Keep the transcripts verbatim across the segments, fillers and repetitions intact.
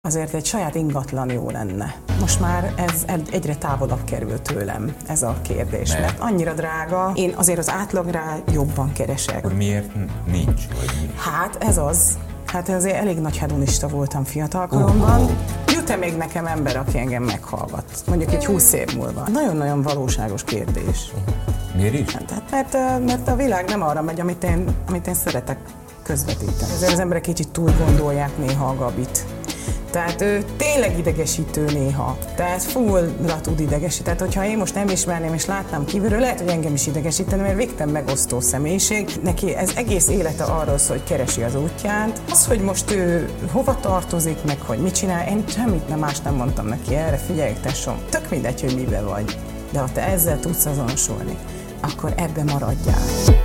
azért egy saját ingatlan jó lenne. Most már ez egyre távolabb kerül tőlem ez a kérdés, mert, mert annyira drága, én azért az átlagra jobban keresek. Akkor miért nincs? Vagy mi? Hát ez az. Hát azért elég nagy hedonista voltam fiatalkoromban. Uh-huh. Jut-e még nekem ember, aki engem meghallgat? Mondjuk egy húsz év múlva. Nagyon-nagyon valóságos kérdés. Uh-huh. Miért is? Hát, mert, mert a világ nem arra megy, amit én, amit én szeretek közvetíteni. Ezért az emberek kicsit túl gondolják néha a Gabit. Tehát ő tényleg idegesítő néha. Tehát fullra tud idegesíteni. Tehát hogyha én most nem ismerném és látnám kívülről, lehet, hogy engem is idegesíteni, mert végtelen megosztó személyiség. Neki ez egész élete arról szól, hogy keresi az útját. Az, hogy most ő hova tartozik, meg hogy mit csinál, én semmit nem más nem mondtam neki erre. Figyelj, tesóm, tök mindegy, hogy miben vagy. De ha te ezzel tudsz azonosulni, akkor ebbe maradjál.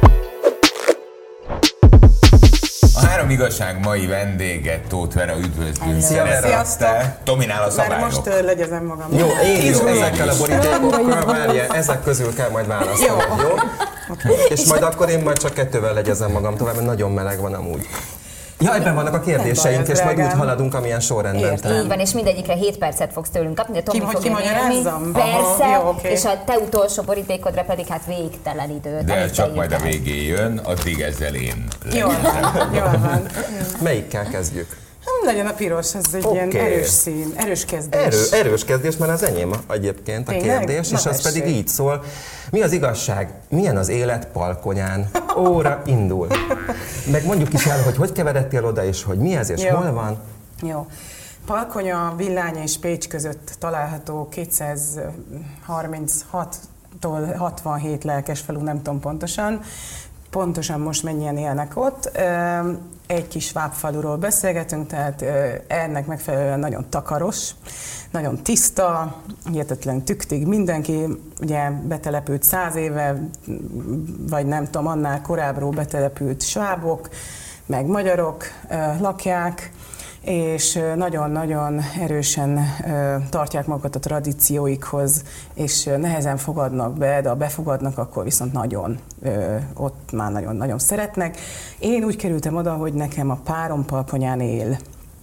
A Három igazság mai vendége, Tóth Vera, üdvözlünk. Sziasztok! Dominál a szabályok. Már most uh, legyezem magam. Jó, én is ezekkel a borítékokkal, várja, ezek közül kell majd választani, jó? jó? Okay. És majd akkor én majd csak kettővel legyezem magam tovább, mert nagyon meleg van amúgy. Ja, ebben vannak a kérdéseink, és majd úgy haladunk, amilyen sorrendben. Így van, és mindegyikre hét percet fogsz tőlünk kapni, de Tomi Ki, fogja nyerni. Persze, Aha, jó, okay. És a te utolsó borítékodra pedig hát végtelen időt. De csak majd a végén jön, addig ezzel én Jól van, jól van. Melyikkel kezdjük? Legyen a piros, ez egy okay. ilyen erős szín, erős kezdés. Erő, erős kezdés, mert az enyém egyébként a Tényleg? kérdés, Na, és az tessék. pedig így szól. Mi az igazság? Milyen az élet Palkonyán? Óra indul. Meg mondjuk is el, hogy hogy keveredtél oda, és hogy mi ez, és Jó. hol van? Jó. Palkonya, Villány és Pécs között található kétszázharminchattól hatvanhét lelkesfalu, nem tudom pontosan. Pontosan most mennyien élnek ott. Egy kis vápfaluról beszélgetünk, tehát ennek megfelelően nagyon takaros, nagyon tiszta, hihetetlen tüktig mindenki, ugye betelepült száz éve, vagy nem tudom, annál korábbról betelepült svábok, meg magyarok lakják, és nagyon-nagyon erősen tartják magukat a tradícióikhoz, és nehezen fogadnak be, de ha befogadnak, akkor viszont nagyon, ott már nagyon-nagyon szeretnek. Én úgy kerültem oda, hogy nekem a párom Palkonyán él.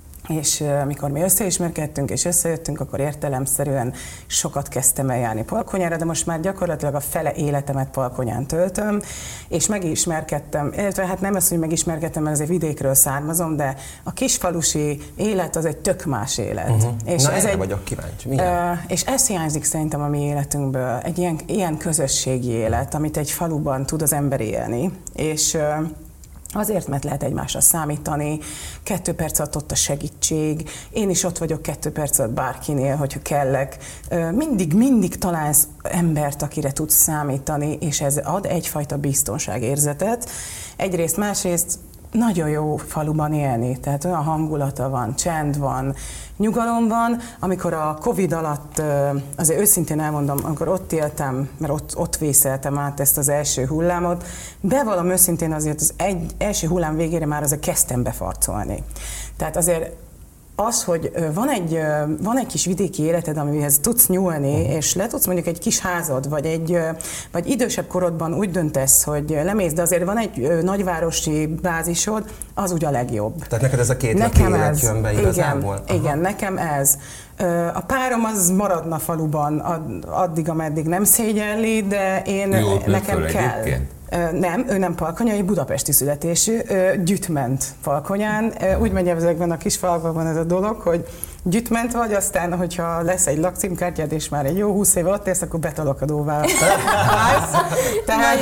És amikor mi összeismerkedtünk és összejöttünk, akkor értelemszerűen sokat kezdtem el járni Palkonyára, de most már gyakorlatilag a fele életemet Palkonyán töltöm, és megismerkedtem, illetve hát nem az, hogy megismerkedtem, mert azért vidékről származom, de a kisfalusi élet az egy tök más élet. Uh-huh. És Na, ez erre egy, vagyok kíváncsi. Milyen? Uh, és ez hiányzik szerintem a mi életünkből, egy ilyen, ilyen közösségi élet, amit egy faluban tud az ember élni, és uh, azért, mert lehet egymásra számítani, kettő perc alatt ott a segítség, én is ott vagyok kettő perc alatt bárkinél, hogyha kellek. Mindig, mindig találsz embert, akire tudsz számítani, és ez ad egyfajta biztonságérzetet. Egyrészt, másrészt nagyon jó faluban élni, tehát olyan hangulata van, csend van, nyugalom van. Amikor a Covid alatt, azért őszintén elmondom, amikor ott éltem, mert ott, ott vészeltem át ezt az első hullámot, bevallom őszintén azért az egy, első hullám végére már azért kezdtem befarcolni. Tehát azért az, hogy van egy, van egy kis vidéki életed, amihez tudsz nyúlni, uh-huh. és le tudsz mondjuk egy kis házad, vagy egy vagy idősebb korodban úgy döntesz, hogy lemész, de azért van egy nagyvárosi bázisod, az úgy a legjobb. Tehát neked ez a két laki élet jön be igazából? Igen, igen, nekem ez. A párom az maradna faluban addig, ameddig nem szégyelli, de én ő ott nekem kell. Egyébként? Nem, ő nem palkonyai, budapesti születésű, Gyütment Palkonyán. Úgy megy ezekben a kis falvakban ez a dolog, hogy Gyütment vagy, aztán, hogyha lesz egy lakcímkártyád, és már egy jó húsz éve ott élsz, akkor betolakodóvá válsz. Tehát...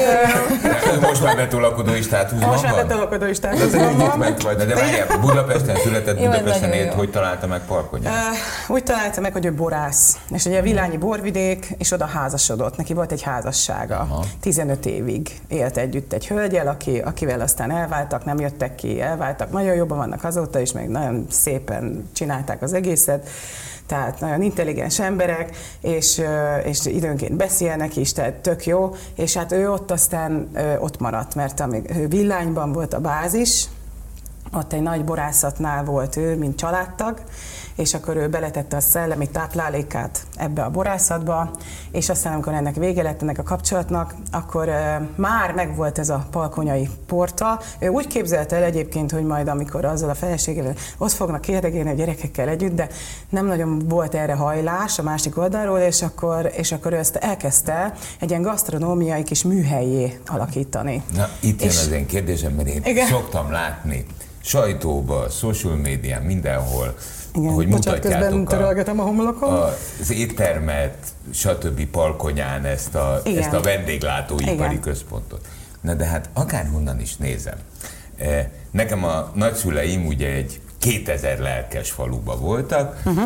Most már betolakodó is státuszban Most már van? betolakodó is De státuszban van. Gyütment vagy. De, de várjál, Budapesten született, Jó, Budapesten nagyon élt, jó. hogy találta meg Palkonyát? Uh, úgy találta meg, hogy ő borász, és ugye Villányi borvidék, és oda házasodott. Neki volt egy házassága. Aha. tizenöt évig élt együtt egy hölgyel, aki, akivel aztán elváltak, nem jöttek ki, elváltak. Nagyon jobban vannak azóta is, meg nagyon szépen csinálták az egészet. Tehát nagyon intelligens emberek, és, és időnként beszélnek is, tehát tök jó. És hát ő ott aztán ott maradt, mert amíg Villányban volt a bázis, ott egy nagy borászatnál volt ő, mint családtag, és akkor ő beletette a szellemi táplálékát ebbe a borászatba, és aztán amikor ennek vége lett ennek a kapcsolatnak, akkor uh, már megvolt ez a palkonyai porta. Ő úgy képzelte el egyébként, hogy majd amikor azzal a feleségével ott fognak érdegélni a gyerekekkel együtt, de nem nagyon volt erre hajlás a másik oldalról, és akkor, és akkor ő ezt elkezdte egy ilyen gasztronómiai kis műhellyé alakítani. Na, itt jön és, az én kérdésem, mert én igen. szoktam látni sajtóba, social médián, mindenhol, igen, hogy mutatjátok a, a homlokon. az éttermet, stb. Palkonyán ezt a, ezt a vendéglátóipari igen. központot. Na de hát akárhonnan is nézem. Nekem a nagyszüleim ugye egy kétezer lelkes faluba voltak, uh-huh.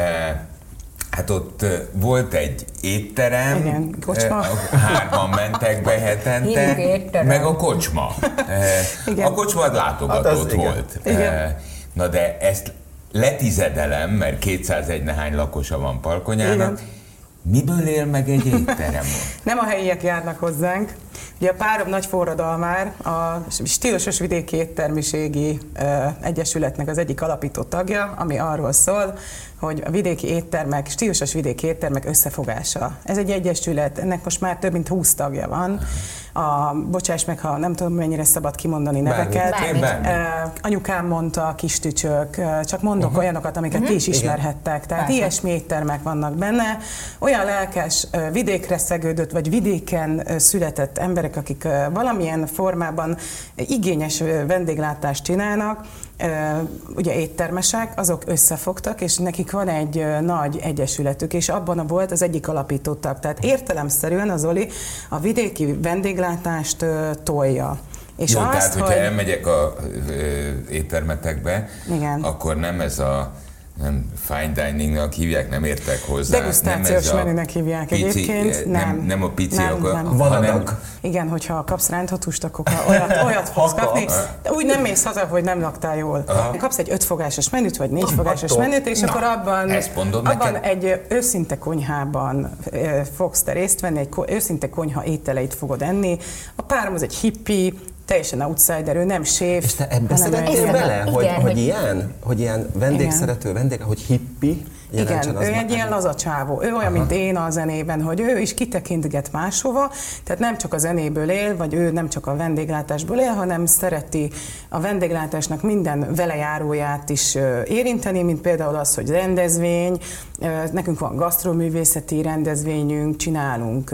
Hát ott volt egy étterem, igen, kocsma. Hárman mentek be hetente, meg a kocsma. Igen. A kocsma látogatott hát volt. Igen. Na de ezt letizedelem, mert kétszázegy nehány lakosa van Palkonyának. Igen. Miből él meg egy étterem? Nem a helyiek járnak hozzánk. Ugye a párom nagy forradalmár, a Stílusos Vidéki Éttermiségi Egyesületnek az egyik alapító tagja, ami arról szól, hogy a vidéki éttermek, stílusos vidéki éttermek összefogása. Ez egy egyesület, ennek most már több mint húsz tagja van. A, bocsáss meg, ha nem tudom, mennyire szabad kimondani neveket. Bármit. Bármit. Uh, anyukám mondta, kis tücsök, uh, csak mondok uh-huh. olyanokat, amiket uh-huh. ti is ismerhettek. Tehát Bármit. Ilyesmi éttermek vannak benne. Olyan lelkes, uh, vidékre szegődött, vagy vidéken uh, született emberek, akik uh, valamilyen formában uh, igényes uh, vendéglátást csinálnak, Uh, ugye éttermesek, azok összefogtak, és nekik van egy uh, nagy egyesületük, és abban volt az egyik alapító tag. Tehát értelemszerűen az Zoli a vidéki vendéglátást uh, tolja. És jó, azt, tehát, hogyha hogy... elmegyek a uh, éttermetekbe, igen. akkor nem ez a nem fine diningnak hívják, nem értek hozzá. Degustációs menünek hívják pici, egyébként. Nem, nem, nem a pici, nem, akkor, nem. hanem... Igen, hogyha kapsz ránthatust, akkor olyat, olyat fogsz kapni. De úgy nem mész haza, hogy nem laktál jól. Aha. Kapsz egy ötfogásos menüt, vagy négyfogásos menüt, és Na, akkor abban, abban egy őszinte konyhában fogsz te részt venni, egy őszinte konyha ételeit fogod enni. A párom az egy hippi, teljesen outsider, ő nem séf. És te ebbe szeretnél bele, hogy, igen, hogy, hogy ilyen, hogy ilyen vendégszerető, vendég, hogy hippi, igen, ő egy ilyen laza csávó. Ő olyan, aha. mint én a zenében, hogy ő is kitekintget máshova, tehát nem csak a zenéből él, vagy ő nem csak a vendéglátásból él, hanem szereti a vendéglátásnak minden velejáróját is érinteni, mint például az, hogy rendezvény, nekünk van gasztroművészeti rendezvényünk, csinálunk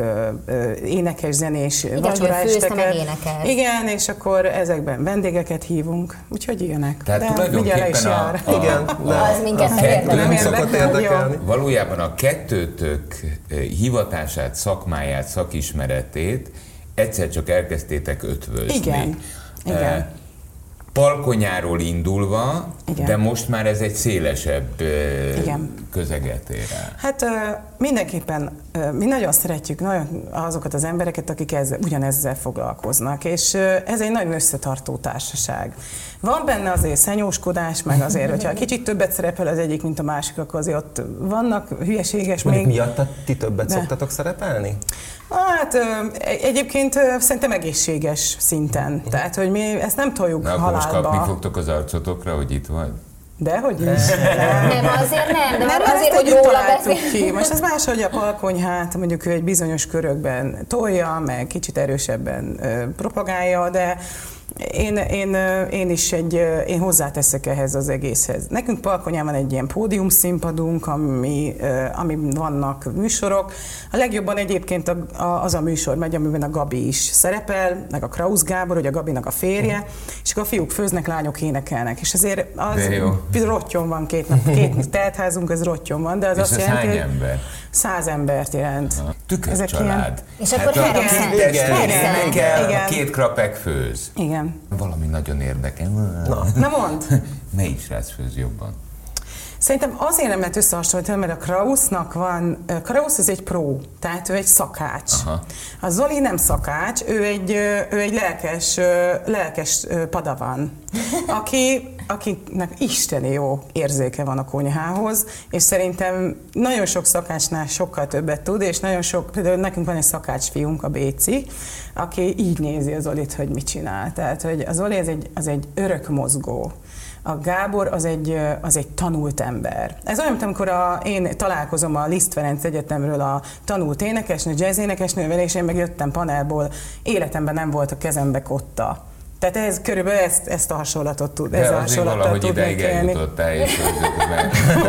énekes, zenés vacsoraesteket. Igen, és akkor ezekben vendégeket hívunk, úgyhogy ilyenek. Tehát de tulajdonképpen a, a, igen, de az minket nem érdekel. Valójában a kettőtök hivatását, szakmáját, szakismeretét egyszer csak elkezdtétek ötvözni. Igen, igen. Palkonyáról indulva, igen. de most már ez egy szélesebb igen. közeget ér el. Hát mindenképpen mi nagyon szeretjük nagyon azokat az embereket, akik ezzel, ugyanezzel foglalkoznak, és ez egy nagyon összetartó társaság. Van benne azért szenyóskodás, meg azért, hogyha kicsit többet szerepel az egyik, mint a másik, akkor azért ott vannak hülyeséges még. még. Miatt ti többet de. szoktatok szerepelni? Hát egyébként szerintem egészséges szinten. Tehát, hogy mi ezt nem toljuk Na, halálba. Na, most kapni fogtok az arcotokra, hogy itt vagy? Dehogy is. Nem, nem azért nem, de nem, azért, hogy róla beszélünk. Ki. Most az más, hogy a palkonyhát mondjuk ő egy bizonyos körökben tolja, meg kicsit erősebben ö, propagálja, de Én, én, én is egy, én hozzáteszek ehhez az egészhez. Nekünk Palkonyán egy ilyen pódium színpadunk, ami, ami vannak műsorok. A legjobban egyébként a, a, az a műsor megy, amiben a Gabi is szerepel, meg a Krausz Gábor, hogy a Gabinak a férje, és akkor a fiúk főznek, lányok énekelnek. És azért az rottyon van két nap, két teltházunk, az rottyon van, de az és azt jelenti, hány ember? Száz embert jelent. Tükörcsalád. És akkor hát a két krapek főz. Igen. Valami nagyon érdekel. Na, Na mondd! Melyik srác főz jobban? Szerintem azért nem lehet összehasonlítani, mert a Krausznak van, Krausz az egy pró, tehát ő egy szakács. Aha. A Zoli nem szakács, ő egy, ő egy lelkes, lelkes padavan, aki akiknek isteni jó érzéke van a konyhához, és szerintem nagyon sok szakácsnál sokkal többet tud, és nagyon sok, például nekünk van egy szakácsfiunk, a Béci, aki így nézi az Zolit, hogy mit csinál. Tehát, hogy az Zoli az egy, az egy örök mozgó. A Gábor az egy, az egy tanult ember. Ez olyan, mint amikor a, én találkozom a Liszt Ferenc Egyetemről a tanult énekesnő, jazz énekesnővel, és én megjöttem panelból, életemben nem volt a kezembe kotta. Tehát ez körülbelül ezt, ezt a hasonlatot tud. De ez a azért valahogy ideig eljutottál, és meg.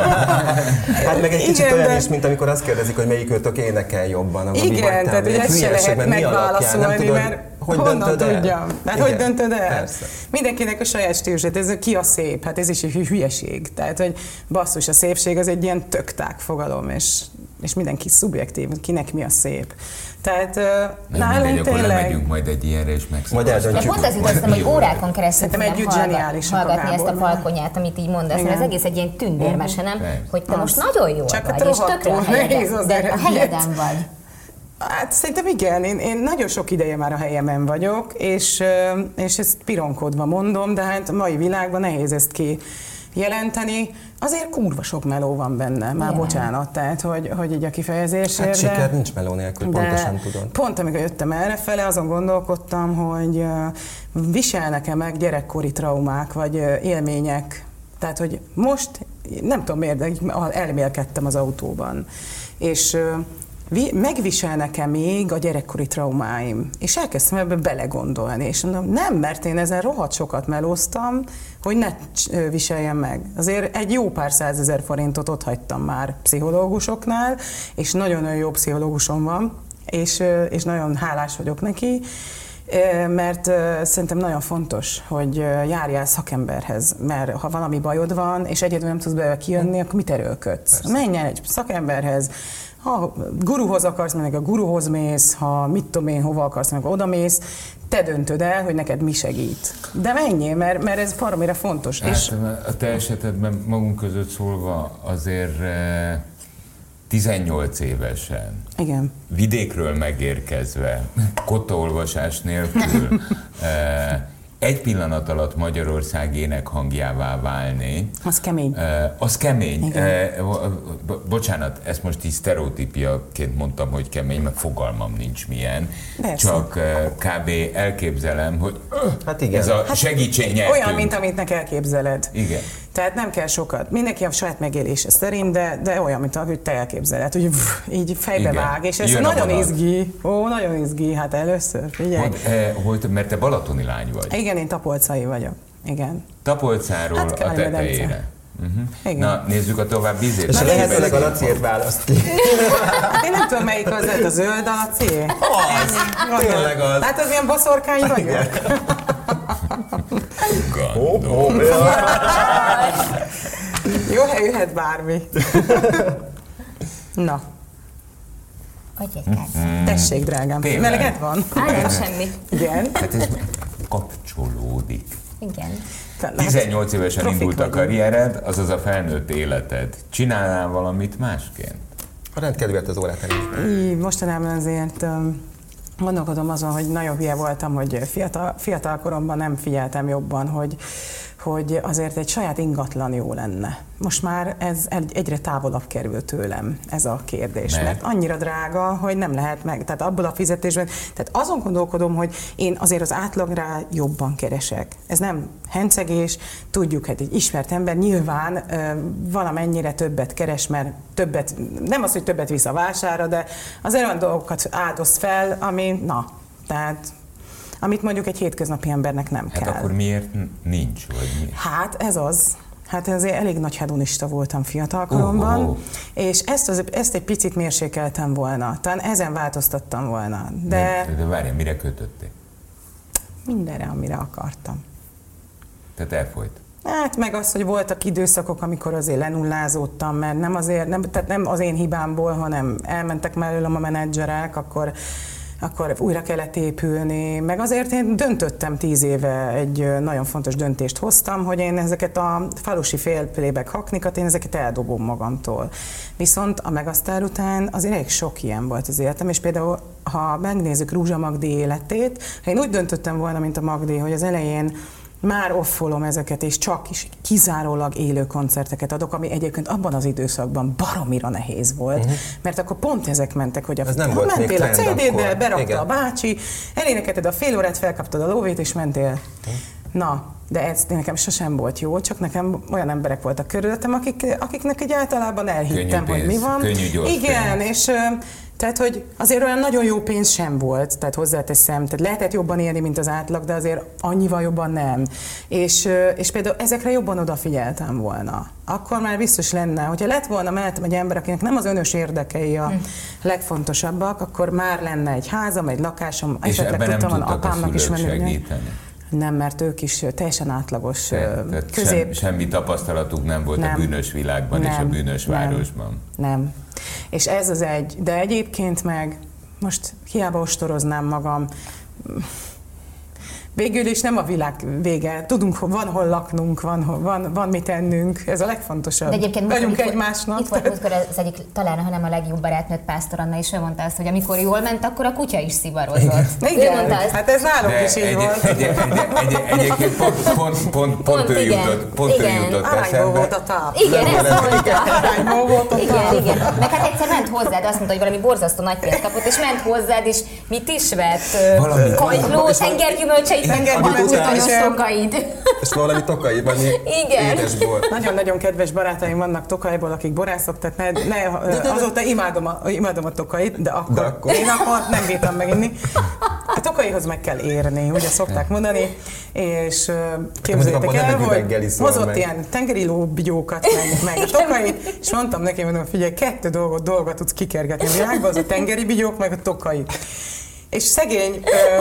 Hát meg egy kicsit igen, olyan de... is, mint amikor azt kérdezik, hogy melyikőtök énekel jobban. Igen, tehát hogy ezt se lehet megválaszolni, mert hogy honnan tudjam? Hát hogy döntöd el? Persze. Mindenkinek a saját stílusát, ez ki a szép, hát ez is egy hülyeség. Tehát, hogy basszus, a szépség az egy ilyen tök tág fogalom, és, és mindenki szubjektív, kinek mi a szép. Tehát nálunk tényleg... Akkor lemegyünk majd egy ilyenre, és megszabadulunk. De pont az jutottam, hogy órákon keresztül tudnám hallgatni, hallgatni ezt a falkonyát, amit így mondasz, mert az egész egy ilyen tündérmese, nem? Hogy te most nagyon jól vagy, és tökre a helyeden, de a helyeden vagy. Hát szerintem igen, én, én nagyon sok ideje már a helyemen vagyok, és, és ezt pironkodva mondom, de hát a mai világban nehéz ezt ki jelenteni. Azért kurva sok meló van benne, már yeah. bocsánat, tehát hogy, hogy így a kifejezésért. Hát siker nincs meló nélkül, pontosan tudod. Pont amikor jöttem errefele, azon gondolkodtam, hogy viselnek-e meg gyerekkori traumák, vagy élmények. Tehát, hogy most, nem tudom miért, de elmélkedtem az autóban. És megviselnek-e még a gyerekkori traumáim? És elkezdtem ebbe belegondolni, és mondom, nem, mert én ezen rohadt sokat melóztam, hogy ne viseljem meg. Azért egy jó pár százezer forintot ott hagytam már pszichológusoknál, és nagyon-nagyon jó pszichológusom van, és, és nagyon hálás vagyok neki, mert szerintem nagyon fontos, hogy járjál szakemberhez, mert ha valami bajod van, és egyedül nem tudsz belőle kijönni, akkor mit erőlködsz? Menj el egy szakemberhez, ha guruhoz akarsz menni, a guruhoz mész, ha mit tudom én, hova akarsz menni, oda mész, te döntöd el, hogy neked mi segít. De menjél, mert, mert ez valamire fontos. Hát, és... A te esetedben magunk között szólva azért tizennyolc évesen, igen. vidékről megérkezve, kottaolvasás nélkül, egy pillanat alatt Magyarország énekhangjává válni. Az kemény. Az kemény. Bocsánat, ezt most így sztereotípiaként mondtam, hogy kemény, mert fogalmam nincs milyen. Persze. Csak kb. Elképzelem, hogy hát igen. ez a hát segítség nyertünk. Olyan, mint amit nek elképzeled. Igen. Tehát nem kell sokat. Mindenki a saját megélése szerint, de, de olyan, mint ahogy te elképzeled, hogy így fejbe igen. vág, és ez jön nagyon izgi. Ó, nagyon izgi, hát először, figyelj. Hogy, eh, hogy, mert te balatoni lány vagy. Igen, én tapolcai vagyok. Igen. Tapolcáról hát a tetejére. Uh-huh. Na, nézzük a további ízét. És lehetőleg a Laciért választ ki. Én nem tudom, melyik az lett, a zöld, a Laci? Az, tényleg az. Hát az ilyen boszorkány vagyok. Gandom. Jó, ha jöhet bármi. Na. Adj egy kártyát. Tessék, drágám. Meleged van? Á, nem semmi. Igen. Hát ez kapcsolódik. Igen. tizennyolc évesen indult a karriered, azaz a felnőtt életed. Csinálnál valamit másként? A rendkedvéért az órát elég. Mostanában azért um, gondolkodom azon, hogy nagyon hülye voltam, hogy fiatal, fiatal koromban nem figyeltem jobban, hogy, hogy azért egy saját ingatlan jó lenne. Most már ez egyre távolabb kerül tőlem, ez a kérdés, mert, mert annyira drága, hogy nem lehet meg. Tehát abból a fizetésben, tehát azon gondolkodom, hogy én azért az átlagra jobban keresek. Ez nem hencegés, tudjuk, hát egy ismert ember nyilván ö, valamennyire többet keres, mert többet, nem az, hogy többet visz a vására, de azért olyan dolgokat áldoz fel, ami, na, tehát amit mondjuk egy hétköznapi embernek nem hát kell. Hát akkor miért nincs? Vagy mi? Hát ez az. Hát azért elég nagy hedonista voltam fiatalkoromban, uh, uh, uh. és ezt, az, ezt egy picit mérsékeltem volna. Talán ezen változtattam volna. De, de, de várjál, mire kötötték? Mindenre, amire akartam. Tehát elfolyt? Hát meg az, hogy voltak időszakok, amikor azért lenullázódtam, mert nem azért, nem, tehát nem az én hibámból, hanem elmentek mellőlem a menedzserek, akkor akkor újra kellett épülni, meg azért én döntöttem tíz éve, egy nagyon fontos döntést hoztam, hogy én ezeket a falusi félplébek haknikat, én ezeket eldobom magamtól. Viszont a Megasztár után azért elég sok ilyen volt az életem, és például, ha megnézzük Rúzsa Magdi életét, ha én úgy döntöttem volna, mint a Magdi, hogy az elején már offolom ezeket, és csak is kizárólag élő koncerteket adok, ami egyébként abban az időszakban baromira nehéz volt, uh-huh. mert akkor pont ezek mentek, hogy a, nem ha mentél a cé dé-del, berakta igen. a bácsi, elénekelted a fél órát, felkaptad a lóvét, és mentél. Uh-huh. Na, de ez nekem sosem volt jó, csak nekem olyan emberek voltak körülöttem, akik, akiknek egy általában elhittem, pénz, hogy mi van. Könnyű, gyors igen, pénz. és tehát, hogy azért olyan nagyon jó pénz sem volt, tehát hozzáteszem, tehát lehetett jobban élni, mint az átlag, de azért annyival jobban nem. És, és például ezekre jobban odafigyeltem volna. Akkor már biztos lenne, hogyha lett volna mellettem egy ember, akinek nem az önös érdekei a hm. legfontosabbak, akkor már lenne egy házam, egy lakásom, és esetleg ebben tudtam nem tudtak apámnak a is menni. segíteni? Nem, mert ők is teljesen átlagos, Te, közép... Sem, semmi tapasztalatuk nem volt nem. a bűnös világban nem. és a bűnös nem. városban. Nem. És ez az egy. De egyébként meg most hiába ostoroznám magam, végül is nem a világ vége. Tudunk, van hol laknunk, van, hol, van, van mit ennünk. Ez a legfontosabb. De egyébként vagyunk most, egymásnak. Itt volt múltkor az egyik, talán, hanem a legjobb barátnőt, Pásztor Anna, és ő mondta azt, hogy amikor jól ment, akkor a kutya is szivarozott. Igen, ő mondta azt. Hát ez nálunk is így egy, volt. Egy, egy, egy, egy, egyébként pont, pont, pont, pont ő jutott, pont ő jutott eszembe. volt a táp. Igen, ezt mondta. Arányból volt a táp. Igen, igen. Meg hát egyszer ment hozzád, azt mondta, hogy valami borzasztó nagy pénzt kapott, és ment hozzád, és mit is vett? Kagyló, tengergyümölcseit, tokaid. És valami tokaiban édes bor. Nagyon-nagyon kedves barátaim vannak Tokajból, akik borászok, tehát ne, ne, de, de, de. azóta imádom a, imádom a Tokait, de akkor, de akkor én akkor nem bírtam meginni. A Tokaihoz meg kell érni, ugye szokták mondani, és képzeljétek el, hogy hozott meg. ilyen tengeri lóbigyókat, meg, meg a Tokait, és mondtam neki, mondom, figyelj, kettő dolgot, dolgot tudsz kikergetni a világban, az a tengeri bigyók, meg a Tokai. És szegény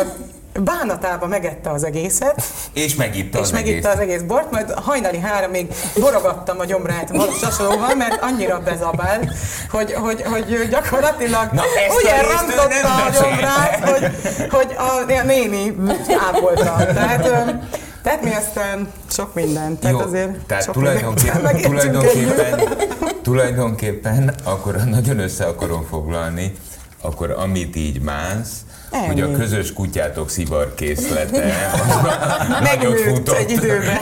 bánatába megette az egészet. És megitta az, és megitta az egész bort, majd hajnali háromig borogattam a gyomrát sasolóval, mert annyira bezabált, hogy, hogy, hogy gyakorlatilag olyan rántotta a gyomrát, hogy, hogy a, a néni ápolta. Tehát, tehát mi aztán sok mindent. Tehát jó, azért tehát tulajdonképpen, tulajdonképpen, tulajdonképpen akkor nagyon össze akarom foglalni, akkor amit így mánsz, ennyi. Hogy a közös kutyátok szivarkészlete az nagyot futott. egy időben.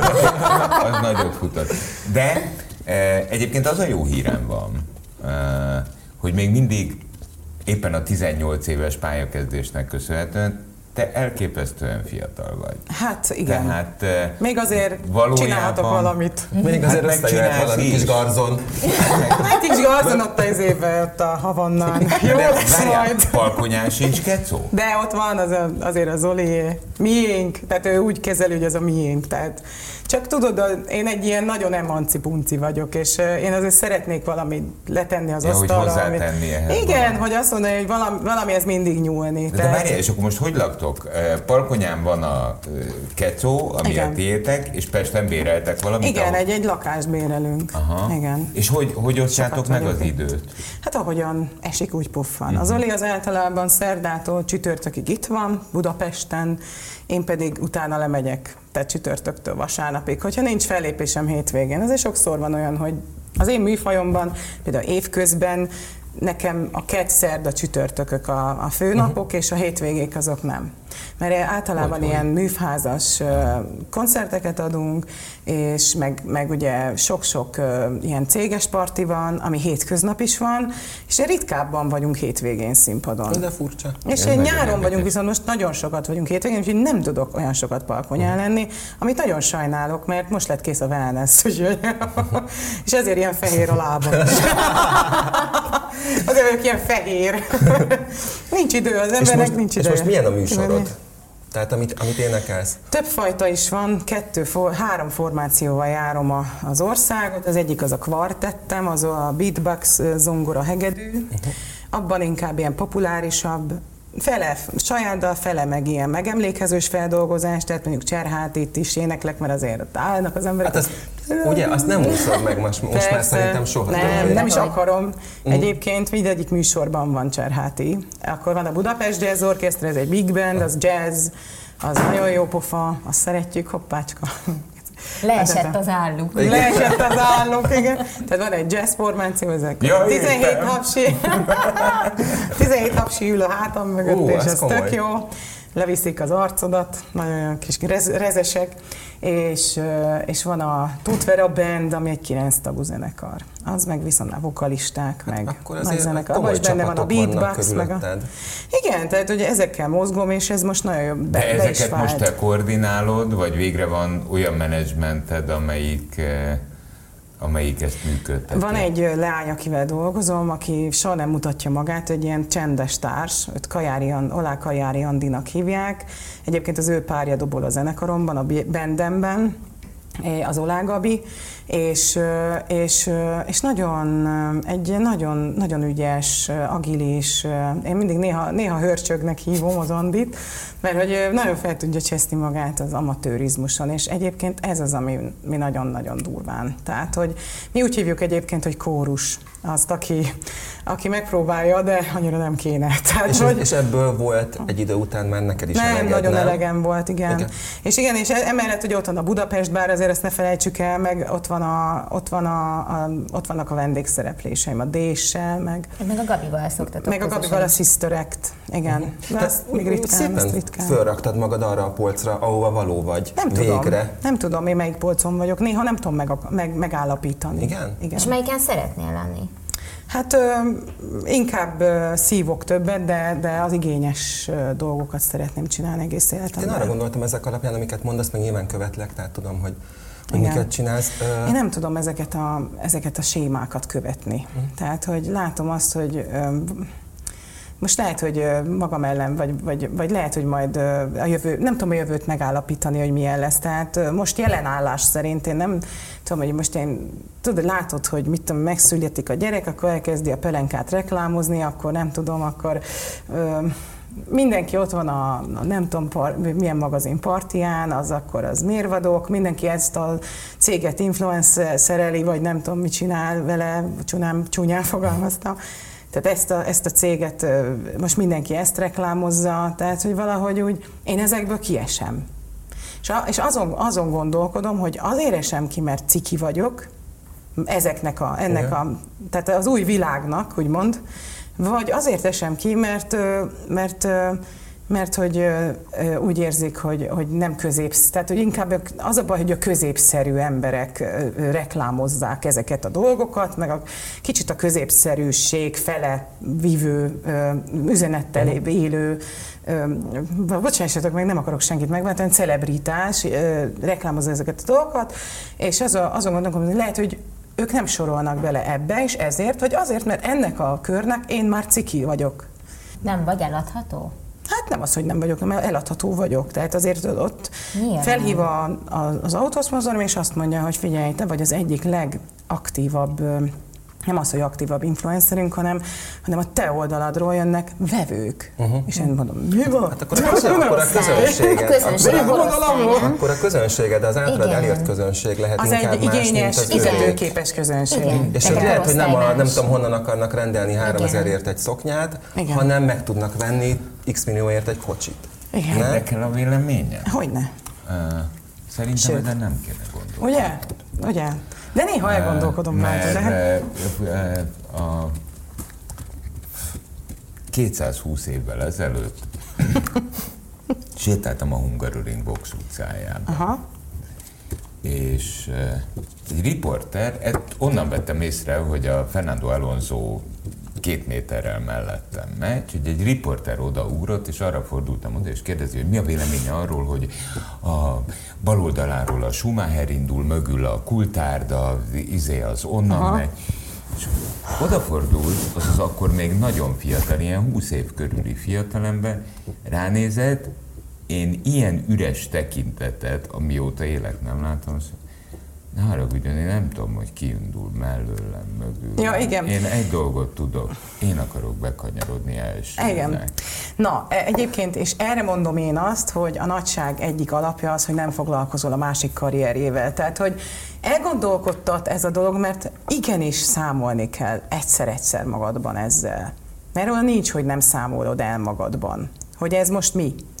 Az nagyot futott. De e, egyébként az a jó hírem van, e, hogy még mindig éppen a tizennyolc éves pályakezdésnek köszönhetően te elképesztően fiatal vagy. Hát igen. Tehát, még azért csinálhatok valamit. Még azért hát összejött valami kis garzon. Hát kis garzon ott az évben, ott a Havannán. Jó, majd. Palkonyán sincs kecó? De ott van az a, azért a Zolié. Miénk. Tehát ő úgy kezeli, hogy ez a miénk. Tehát csak tudod, én egy ilyen nagyon emancipunci vagyok, és én azért szeretnék valamit letenni az ja, asztalra. Hogy hozzátenni ehhez. Igen, valami. Hogy azt mondani, hogy valami, valamihez mindig nyúlni. De, tehát... de várjál, és akkor most hogy laktok? Palkonyán van a kecó, ami igen. a tiétek, és Pesten béreltek valamit? Igen, ahol... egy, egy lakást bérelünk. Aha. Igen. És hogy, hogy osztjátok meg az időt? Hát ahogyan esik, úgy puffan. Uh-huh. Az Zoli az általában szerdától csütörtökig itt van, Budapesten, én pedig utána lemegyek, tehát csütörtöktől vasárnapig, hogyha nincs fellépésem hétvégén. Azért sokszor van olyan, hogy az én műfajomban, például évközben nekem a kedd, szerda, csütörtökök a, a főnapok, uh-huh. és a hétvégék azok nem. Mert általában hogy, ilyen műfházas koncerteket adunk, és meg, meg ugye sok-sok ilyen céges parti van, ami hétköznap is van, és ritkábban vagyunk hétvégén színpadon. De furcsa. És nyáron érdekes. Vagyunk, viszont most nagyon sokat vagyunk hétvégén, úgyhogy nem tudok olyan sokat Palkonyán lenni, amit nagyon sajnálok, mert most lett kész a wellness, és ezért ilyen fehér a lábam. Azért vagyok ilyen fehér. Nincs idő, az embernek most, nincs idő. És most milyen a műsorod? Tehát amit, amit énekelsz? Több fajta is van, kettő, for, három formációval járom a, az országot. Az egyik az a kvartettem, az a beatbox, zongora, hegedű. Uh-huh. Abban inkább ilyen populárisabb, fele saját dal, fele meg ilyen megemlékezős feldolgozás, tehát mondjuk Cserhátit is éneklek, mert azért ott állnak az emberek. Hát az, ugye, azt nem úszod meg most, most már szerintem soha. Nem, nem, nem is akarom. Egyébként mindegyik műsorban van Cserháti. Akkor van a Budapest Jazz Orchestra, ez egy big band, az jazz, az nagyon jó pofa, azt szeretjük, hoppácska. Leesett az álluk. Leesett az álluk, igen. Tehát van egy jazz formáció, ezek ja, tizenhét hapsi, tizenhét hapsi ül a hátam mögött, uh, és ez komoly. Tök jó. leviszik az arcodat, nagyon kis rez, rezesek, és, és van a Tutvera Band, ami egy kilenc tagú zenekar. Az meg viszont a vokalisták, meg hát nagy zenekar. Abban is benne van a beatbox, meg a... Igen, tehát ugye ezekkel mozgom, és ez most nagyon jobb. De be ezeket is most te koordinálod, vagy végre van olyan menedzsmented, amelyik... amelyik ezt működteti? Van egy leány, akivel dolgozom, aki soha nem mutatja magát, egy ilyen csendes társ, őt Kajári, Olá Kajári Andinak hívják. Egyébként az ő párja dobol a zenekaromban, a bandemben, az Olá Gabi, és, és, és nagyon, egy nagyon, nagyon ügyes, agilis, én mindig néha, néha hörcsögnek hívom az Andit, mert hogy nagyon fel tudja cseszni magát az amatőrizmuson, és egyébként ez az, ami mi nagyon-nagyon durván. Tehát, hogy mi úgy hívjuk egyébként, hogy kórus, azt, aki, aki megpróbálja, de annyira nem kéne. Tehát, és, hogy... és ebből volt egy idő után már neked is nem, eleged, nagyon nem? elegem volt, igen. igen. És igen, és emellett, hogy ott van a Budapest, bár azért ezt ne felejtsük el, meg ott, van a, ott, van a, a, ott vannak a vendégszerepléseim, a Déssel, meg... Meg a Gabival szoktatok. Meg a Gabival a Sister Act, igen. De azt még ritkán, azt ritkán. Fölraktad magad arra a polcra, ahova való vagy nem végre. Tudom, nem tudom, én melyik polcon vagyok, néha nem tudom meg, meg, megállapítani. Igen? igen? És melyiken szeretnél lenni? Hát ö, inkább ö, szívok többet, de, de az igényes ö, dolgokat szeretném csinálni egész életemben. Én arra gondoltam ezek alapján, amiket mondasz, meg nyilván követlek, tehát tudom, hogy, hogy miket csinálsz. Ö... Én nem tudom ezeket a, ezeket a sémákat követni. Hm. Tehát, hogy látom azt, hogy ö, most lehet, hogy magam ellen, vagy, vagy, vagy lehet, hogy majd a jövő, nem tudom a jövőt megállapítani, hogy milyen lesz. Tehát most jelen állás szerint én nem tudom, hogy most én, tudod, látod, hogy mit tudom, megszületik a gyerek, akkor elkezdi a pelenkát reklámozni, akkor nem tudom, akkor ö, mindenki ott van a, a nem tudom, par, milyen magazin partiján, az akkor az mérvadók, mindenki ezt a céget influencereli, vagy nem tudom, mit csinál vele, csúnyán, csúnyán fogalmaztam. Tehát ezt a, ezt a céget, most mindenki ezt reklámozza, tehát hogy valahogy úgy én ezekből kiesem. És, a, és azon, azon gondolkodom, hogy azért esem ki, mert ciki vagyok, ezeknek a, ennek a, tehát az új világnak, úgymond, vagy azért esem ki, mert, mert, mert hogy úgy érzik, hogy, hogy nem középsz, tehát hogy inkább az a baj, hogy a középszerű emberek reklámozzák ezeket a dolgokat, meg a kicsit a középszerűség fele vívő, üzenettel élő, bocsánassatok meg, nem akarok senkit megváltani, celebritás reklámozza ezeket a dolgokat, és az a, azon gondolom, hogy lehet, hogy ők nem sorolnak bele ebbe, és ezért, vagy azért, mert ennek a körnek én már ciki vagyok. Nem vagy eladható? Hát nem az, hogy nem vagyok, mert eladható vagyok. Tehát azért ott milyen? Felhív a, a, az autószponzorom, és azt mondja, hogy figyelj, te vagy az egyik legaktívabb, nem az, hogy aktívabb influencerünk, hanem, hanem a te oldaladról jönnek vevők. Uh-huh. És én mondom, mi van? Hát akkor a, közön, akkor a közönséged, a közönség akkor, a akkor a közönséged, az általad igen. elért közönség lehet az inkább egy más, igényes, mint az fizetőképes közönség. Igen. És hogy lehet, hogy nem, a, nem tudom honnan akarnak rendelni háromezerért egy szoknyát, igen. hanem meg tudnak venni x millióért egy kocsit. Igen. Érdekel a véleménye? Hogyne. Uh, szerintem ezen nem kéne gondolni. Ugye? Ugye? De néha elgondolkodom uh, rajta. Mert uh, a kétszázhúsz évvel ezelőtt sétáltam a Hungaroring Box utcájában. Aha. És uh, egy riporter, onnan vettem észre, hogy a Fernando Alonso két méterrel mellettem megy, hogy egy riporter odaugrott, és arra fordultam oda, és kérdezi, hogy mi a véleménye arról, hogy a bal oldaláról a Schumacher indul, mögül a Coulthard, a izé az onnan Aha. megy. És odafordult, az az akkor még nagyon fiatal, ilyen húsz év körüli fiatalember, ránézett, én ilyen üres tekintetet, amióta élek nem láttam, azt ne haragudjon, én nem tudom, hogy ki indul mellőlem, mögül. Ja, igen. Én egy dolgot tudok, én akarok bekanyarodni elsőnek. Igen. Na, egyébként, és erre mondom én azt, hogy a nagyság egyik alapja az, hogy nem foglalkozol a másik karrierjével. Tehát, hogy elgondolkodtat ez a dolog, mert igenis számolni kell egyszer-egyszer magadban ezzel. Mert olyan nincs, hogy nem számolod el magadban. Hogy ez most mi.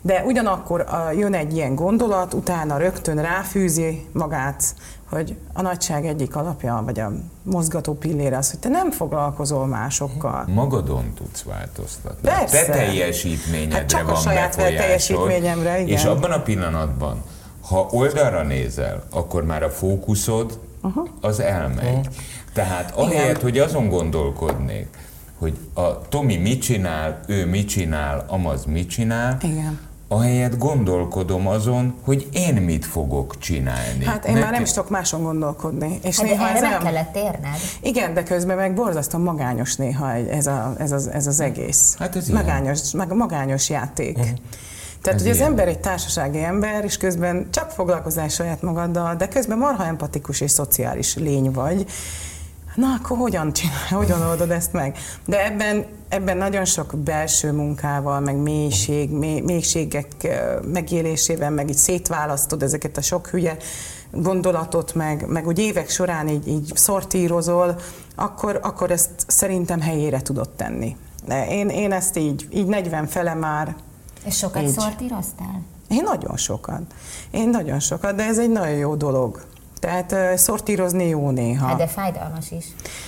De ugyanakkor jön egy ilyen gondolat, utána rögtön ráfűzi magát, hogy a nagyság egyik alapja, vagy a mozgató pillére az, hogy te nem foglalkozol másokkal. Magadon tudsz változtatni. Persze. Te teljesítményedre hát csak van a saját teljesítményemre, igen. És abban a pillanatban, ha oldalra nézel, akkor már a fókuszod uh-huh. az elmegy. Uh-huh. Tehát ahelyett, igen. hogy azon gondolkodnék, hogy a Tomi mit csinál, ő mit csinál, Amaz mit csinál, igen. ahelyett gondolkodom azon, hogy én mit fogok csinálni. Hát én Nekem... már nem is tudok máson gondolkodni. És hát néha erre ez meg nem... kellett érned. Igen, de közben meg borzasztóan magányos néha ez, a, ez, az, ez az egész. Hát ez magányos, meg magányos játék. Uh-huh. Tehát, ez hogy az ilyen. Ember egy társasági ember, és közben csak foglalkozás saját magaddal, de közben marha empatikus és szociális lény vagy. Na, akkor hogyan csinál, hogyan oldod ezt meg? De ebben, ebben nagyon sok belső munkával, meg mélység, mély, mélységek megélésével, meg így szétválasztod ezeket a sok hülye gondolatot, meg, meg úgy évek során így, így szortírozol, akkor, akkor ezt szerintem helyére tudod tenni. De én, én ezt így, így negyven fele már... És sokat így. Szortíroztál? Én nagyon sokat. Én nagyon sokat, de ez egy nagyon jó dolog. Tehát uh, szortírozni jó néha. Hát de fájdalmas is.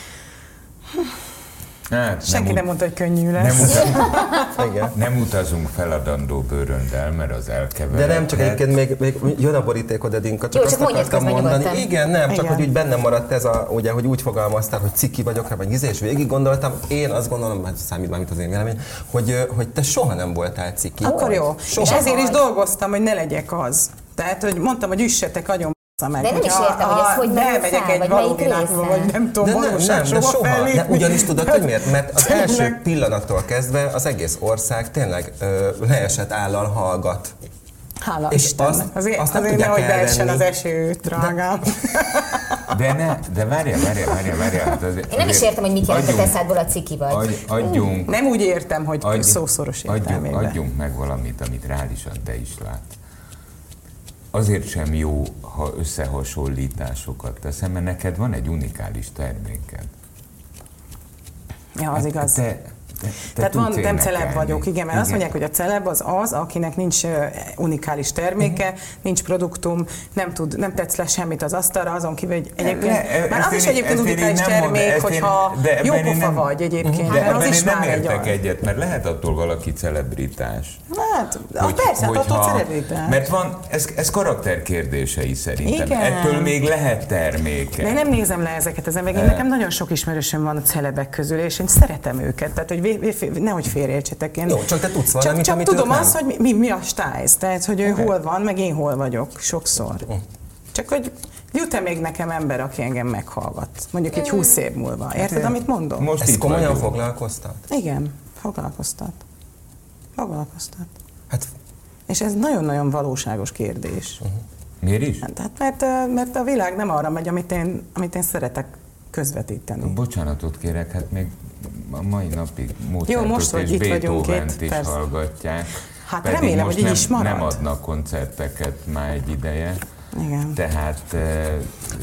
Hát, Senki nem, nem, nem mondta, hogy könnyű lesz. Nem, utazunk, nem utazunk feladandó bőröndel, mert az elkeveredhet. De nem csak egyébként még, még jön a borítékod, Edinka, csak, Jó, azt csak akartam mondani. Nyugodtan. Igen, nem, csak Igen. hogy úgy bennem maradt ez a, ugye, hogy úgy fogalmaztál, hogy ciki vagyok rá, vagy gizé, és végig gondoltam, én azt gondolom, hát számít már, mint az én vélemény, hogy, hogy te soha nem voltál ciki. Akkor jó. Soha. És ezért is dolgoztam, hogy ne legyek az. Tehát, hogy mondtam, hogy üssetek agyon. Meg, de nem is értem, hogy ez hogy nem megyek egy valóvilágba, vagy nem tudom, de nem, nem, de soha. De ugyanis tudod, hogy miért? Mert az első pillanattól kezdve az egész ország tényleg ö, leesett állal hallgat. Hála és Istennek. Azt, azért azt nem azért nehogy beessen az elvenni. eső, drágám. De ne, de várjál, várjál, várjál, várjál. Hát azért, Én nem is értem, hogy mit jelent a teszádból a ciki vagy. Adj, adjunk, nem úgy értem, hogy adj, szószoros értelmében. Adjunk, adjunk meg valamit, amit reálisan te is lát. Azért sem jó, ha összehasonlításokat teszem, mert neked van egy unikális terméked. Ja, az hát igaz. Te, te, te Tehát van, nem énekelni. celeb vagyok, igen, mert igen. Azt mondják, hogy a celeb az az, akinek nincs uh, unikális terméke, uh-huh. nincs produktum, nem tud, nem tetsz le semmit az asztalra, azon kívül, hogy egyébként, le, már az is egyébként unikális termék, mond, hogyha jó pofa vagy egyébként, de mert az is nem már egy értek egyet, mert lehet attól valaki celebritás. Hát, hogy, persze, hogy attól ha, celebritás. Mert van, ez, ez karakter kérdései szerintem. Igen. Ettől még lehet terméke. De én nem nézem le ezeket az embereket. Nekem nagyon sok ismerősöm van a celebek közül, és én szeretem őket. Tehát, hogy vé, vé, nehogy félreértsetek. Én jó, csak te tudsz valamit, Csak, csak amit tudom nem. azt, hogy mi, mi a stájz. Tehát, hogy ő okay. hol van, meg én hol vagyok. Sokszor. Uh. Csak, hogy jut-e még nekem ember, aki engem meghallgat? Mondjuk egy húsz év múlva. Érted, hát, amit mondom? Most ezt komolyan vagyunk. Foglalkoztat? Igen, foglalkoztat. Foglalkoztat. Hát... És ez nagyon-nagyon valóságos kérdés. Uh-huh. Miért is? Hát, mert, mert a világ nem arra megy, amit én, amit én szeretek közvetíteni. Bocsánatot kérek, hát még a mai napig Mozartot és Beethovent is persze. hallgatják. Hát pedig remélem, most hogy így nem, is marad. nem adnak koncerteket már egy ideje. Igen. Tehát e, e,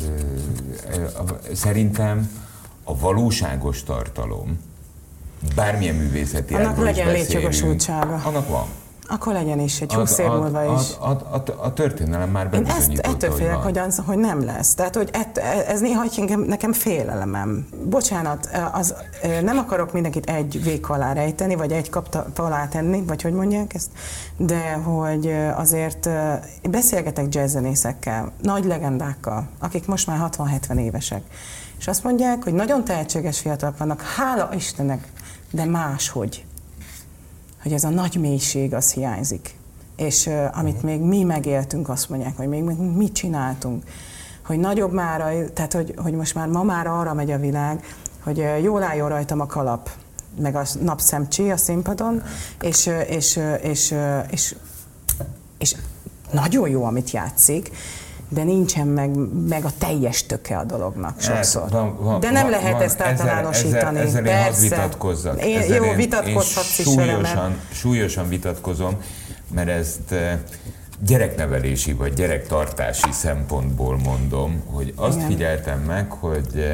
e, szerintem a valóságos tartalom, bármilyen művészeti annak legyen létjogosultsága. Annak van. Akkor legyen is, egy húsz év múlva is. A, a, a, a történelem már bebizonyította, ettől hogy félek, van. hogy, az, hogy nem lesz. Tehát, hogy ett, ez néha nekem, nekem félelemem. Bocsánat, az, nem akarok mindenkit egy vék alá rejteni, vagy egy kapta alá tenni, vagy hogy mondják ezt, de hogy azért beszélgetek jazzzenészekkel, nagy legendákkal, akik most már hatvan-hetven évesek, és azt mondják, hogy nagyon tehetséges fiatalok vannak, hála Istennek, de máshogy. Hogy ez a nagy mélység, az hiányzik. És uh, amit uh-huh. még mi megéltünk, azt mondják, hogy még, még mit csináltunk. Hogy nagyobb mára, tehát hogy, hogy most már ma már arra megy a világ, hogy uh, jól álljon rajtam a kalap, meg a napszemcsi a színpadon, és, uh, és, uh, és, uh, és, és nagyon jó, amit játszik, de nincsen meg, meg a teljes töke a dolognak sokszor. Van, van, de nem van, lehet van, ezt általánosítani. Ezzel, ezzel én hadd vitatkozzak. Én, ezzel jó, én, vitatkozhatsz én is súlyosan, súlyosan vitatkozom, mert ezt gyereknevelési vagy gyerektartási szempontból mondom, hogy azt Igen. figyeltem meg, hogy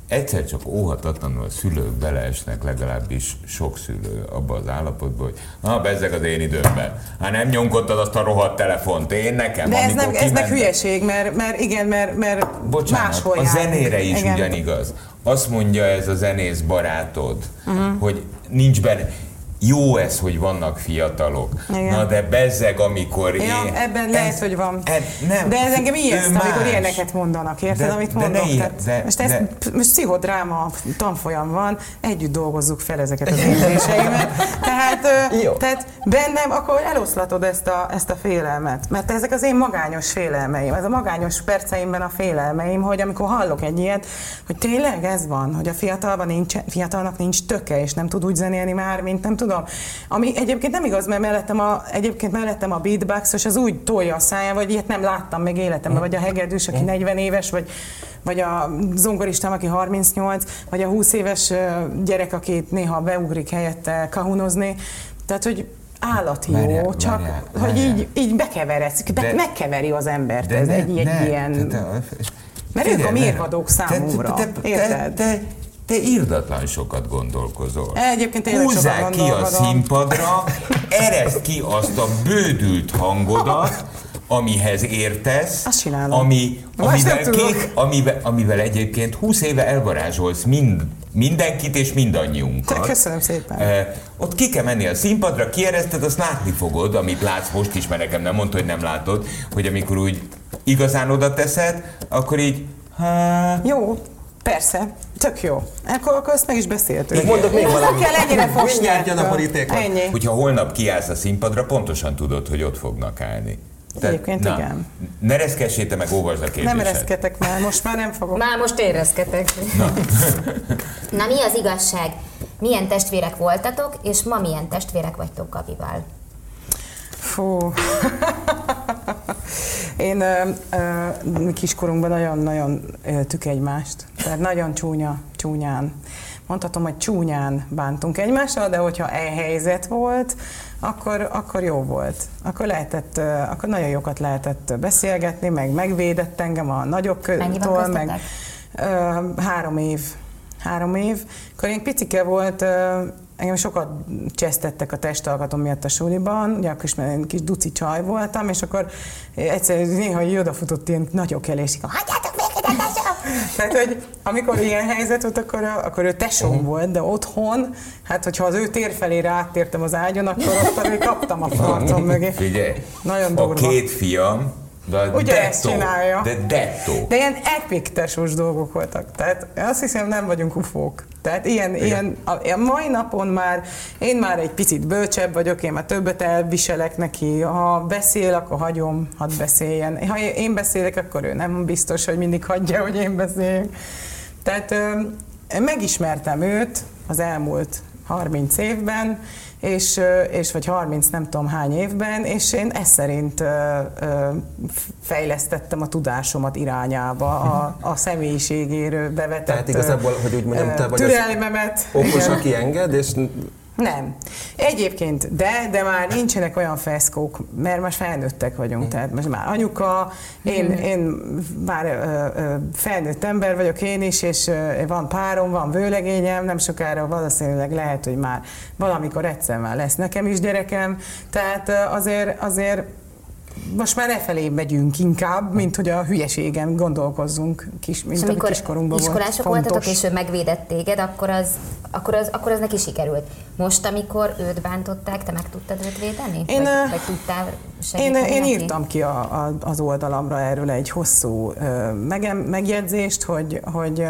egyszer csak óhatatlanul a szülők beleesnek, legalábbis sok szülő abba az állapotba, hogy na, bezzeg az én időmben. Hát nem nyomkodtad azt a rohadt telefont, én nekem, de ez amikor nem, ez meg hülyeség, mert, mert igen, mert, mert bocsánat, máshol a zenére járunk. is igen. ugyanigaz. Azt mondja ez a zenész barátod, uh-huh. hogy nincs benne. Jó ez, hogy vannak fiatalok. Igen. Na de bezzeg, amikor ja, én... ebben ez, lehet, hogy van. Ez, nem, de ez engem ijeszt, más. amikor ilyeneket mondanak, érted, de, amit de mondok? Ne, tehát, de, most ez de, most pszichodráma tanfolyam van, együtt dolgozzuk fel ezeket az érzéseimet. Tehát, tehát bennem akkor eloszlatod ezt a, ezt a félelmet. Mert ezek az én magányos félelmeim, ez a magányos perceimben a félelmeim, hogy amikor hallok egy ilyet, hogy tényleg ez van, hogy a fiatalban nincs, fiatalnak nincs töke, és nem tud úgy zenélni már, mint nem tudom. Ami egyébként nem igaz, mert mellettem a, egyébként mellettem a beatboxos, az úgy tolja a száján, vagy ilyet nem láttam még életemben, vagy a hegedűs, aki negyven éves, vagy, vagy a zongoristám, aki harmincnyolc, vagy a húsz éves gyerek, aki néha beugrik helyette kahunozni. Tehát, hogy állati jó, várjál, csak várjál, hogy várjál. így, így bekeveredik, be, megkeveri az embert ez ne, egy, egy ne, ilyen... Te, te, mert ők a mérvadók számomra, te, te, érted? Te, te, Te irdatlan sokat gondolkozol. Egyébként tényleg sokat Húzzál ki a színpadra, ereszd ki azt a bődült hangodat, amihez értesz, azt csinálom. Ami, amivel, két, amivel, amivel egyébként húsz éve elvarázsolsz mind, mindenkit és mindannyiunkat. Köszönöm szépen. Eh, ott ki kell menni a színpadra, kiereszted, azt látni fogod, amit látsz most is, mert nekem nem mondta, hogy nem látod, hogy amikor úgy igazán oda teszed, akkor így... Há... Jó. Persze, tök jó. Akkor, akkor ezt meg is beszéltünk. Mondok még valamit. Nem kell ennyire fosni. Mindjárt jön a borítékot. Ennyi. Hogyha holnap kiállsz a színpadra, pontosan tudod, hogy ott fognak állni. Te, Egyébként na, igen. Ne reszkessél, te meg óvasd a kérdésed. Nem reszketek már, most már nem fogom. Már most én reszketek. Na. Na mi az igazság? Milyen testvérek voltatok, és ma milyen testvérek vagytok Gabival? Fú. Én ö, ö, kiskorunkban nagyon-nagyon tük egymást. Tehát nagyon csúnya, csúnyán. Mondhatom, hogy csúnyán bántunk egymással, de hogyha elhelyzet volt, akkor, akkor jó volt. Akkor lehetett, akkor nagyon jókat lehetett beszélgetni, meg megvédett engem a nagyoktól, meg ö, három év. Három év. Akkor én picike volt, engem sokat csesztettek a testalkatom miatt a suliban, ugye akkor is én kis duci csaj voltam, és akkor egyszer néha így odafutott ilyen nagyok elé, és így, hagyjátok még ide, tesó! Tehát, hogy amikor ilyen helyzet volt, akkor, akkor ő tesóm uh-huh. volt, de otthon, hát hogyha az ő tér felére áttértem az ágyon, akkor ott kaptam a farcom mögé. Figyelj, nagyon a durva. két fiam, de ugye ezt csinálja. De dettó. De ilyen epic tesós dolgok voltak. Tehát azt hiszem, nem vagyunk ufók. Tehát ilyen, ilyen a, a mai napon már, én már egy picit bölcsebb vagyok, én már többet elviselek neki. Ha beszél, akkor hagyom, hadd beszéljen. Ha én beszélek, akkor ő nem biztos, hogy mindig hagyja, hogy én beszéljek. Tehát megismertem őt az elmúlt harminc évben, és, és vagy harminc nem tudom hány évben, és én ezt szerint ö, ö, fejlesztettem a tudásomat irányába, a, a személyiségéről bevetett Tehát igazából, hogy úgy mondjam, te vagy türelmemet. Az okos, aki enged, és... Nem. Egyébként, de, de már nincsenek olyan feszkók, mert most felnőttek vagyunk, mm. tehát most már anyuka, én, mm. én már ö, ö, felnőtt ember vagyok én is, és ö, van párom, van vőlegényem, nem sokára valószínűleg lehet, hogy már valamikor egyszer már lesz nekem is gyerekem, tehát ö, azért, azért most már lefelé megyünk inkább, mint hogy a hülyeségen gondolkozzunk, kis, mint és amikor kiskorunkban volt iskolások voltatok, és ő megvédett téged, akkor az, akkor, az, akkor az neki sikerült. Most, amikor őt bántották, te meg tudtad őt védeni? Én, vagy, vagy tudtál segíteni Én, én neki? írtam ki a, a, az oldalamra erről egy hosszú uh, meg, megjegyzést, hogy, hogy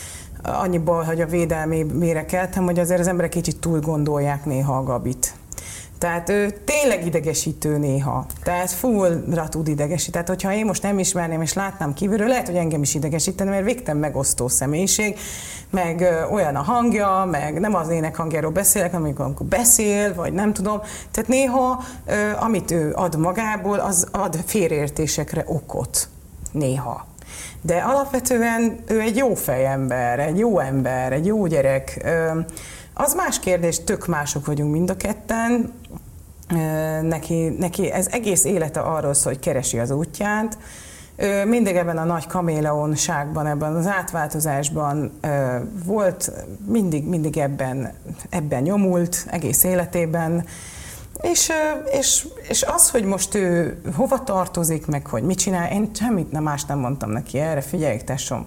uh, annyiból, hogy a védelmére keltem, hogy azért az emberek kicsit túl gondolják néha a Gabit. Tehát ő tényleg idegesítő néha. Tehát fullra tud idegesíteni. Tehát hogyha én most nem ismerném és látnám kívülről, lehet, hogy engem is idegesíteni, mert végtelen megosztó személyiség, meg ö, olyan a hangja, meg nem az ének hangjáról beszélek, amikor, amikor beszél, vagy nem tudom. Tehát néha, ö, amit ő ad magából, az ad félreértésekre okot. Néha. De alapvetően ő egy jó fejember, egy jó ember, egy jó gyerek. Ö, Az más kérdés, tök mások vagyunk mind a ketten. Neki, neki ez egész élete arról szól, hogy keresi az útját, mindig ebben a nagy kaméleonságban, ebben az átváltozásban volt, mindig, mindig ebben, ebben nyomult, egész életében. És, és, és az, hogy most ő hova tartozik, meg hogy mit csinál, én semmit nem más nem mondtam neki erre, figyelj, tesóm.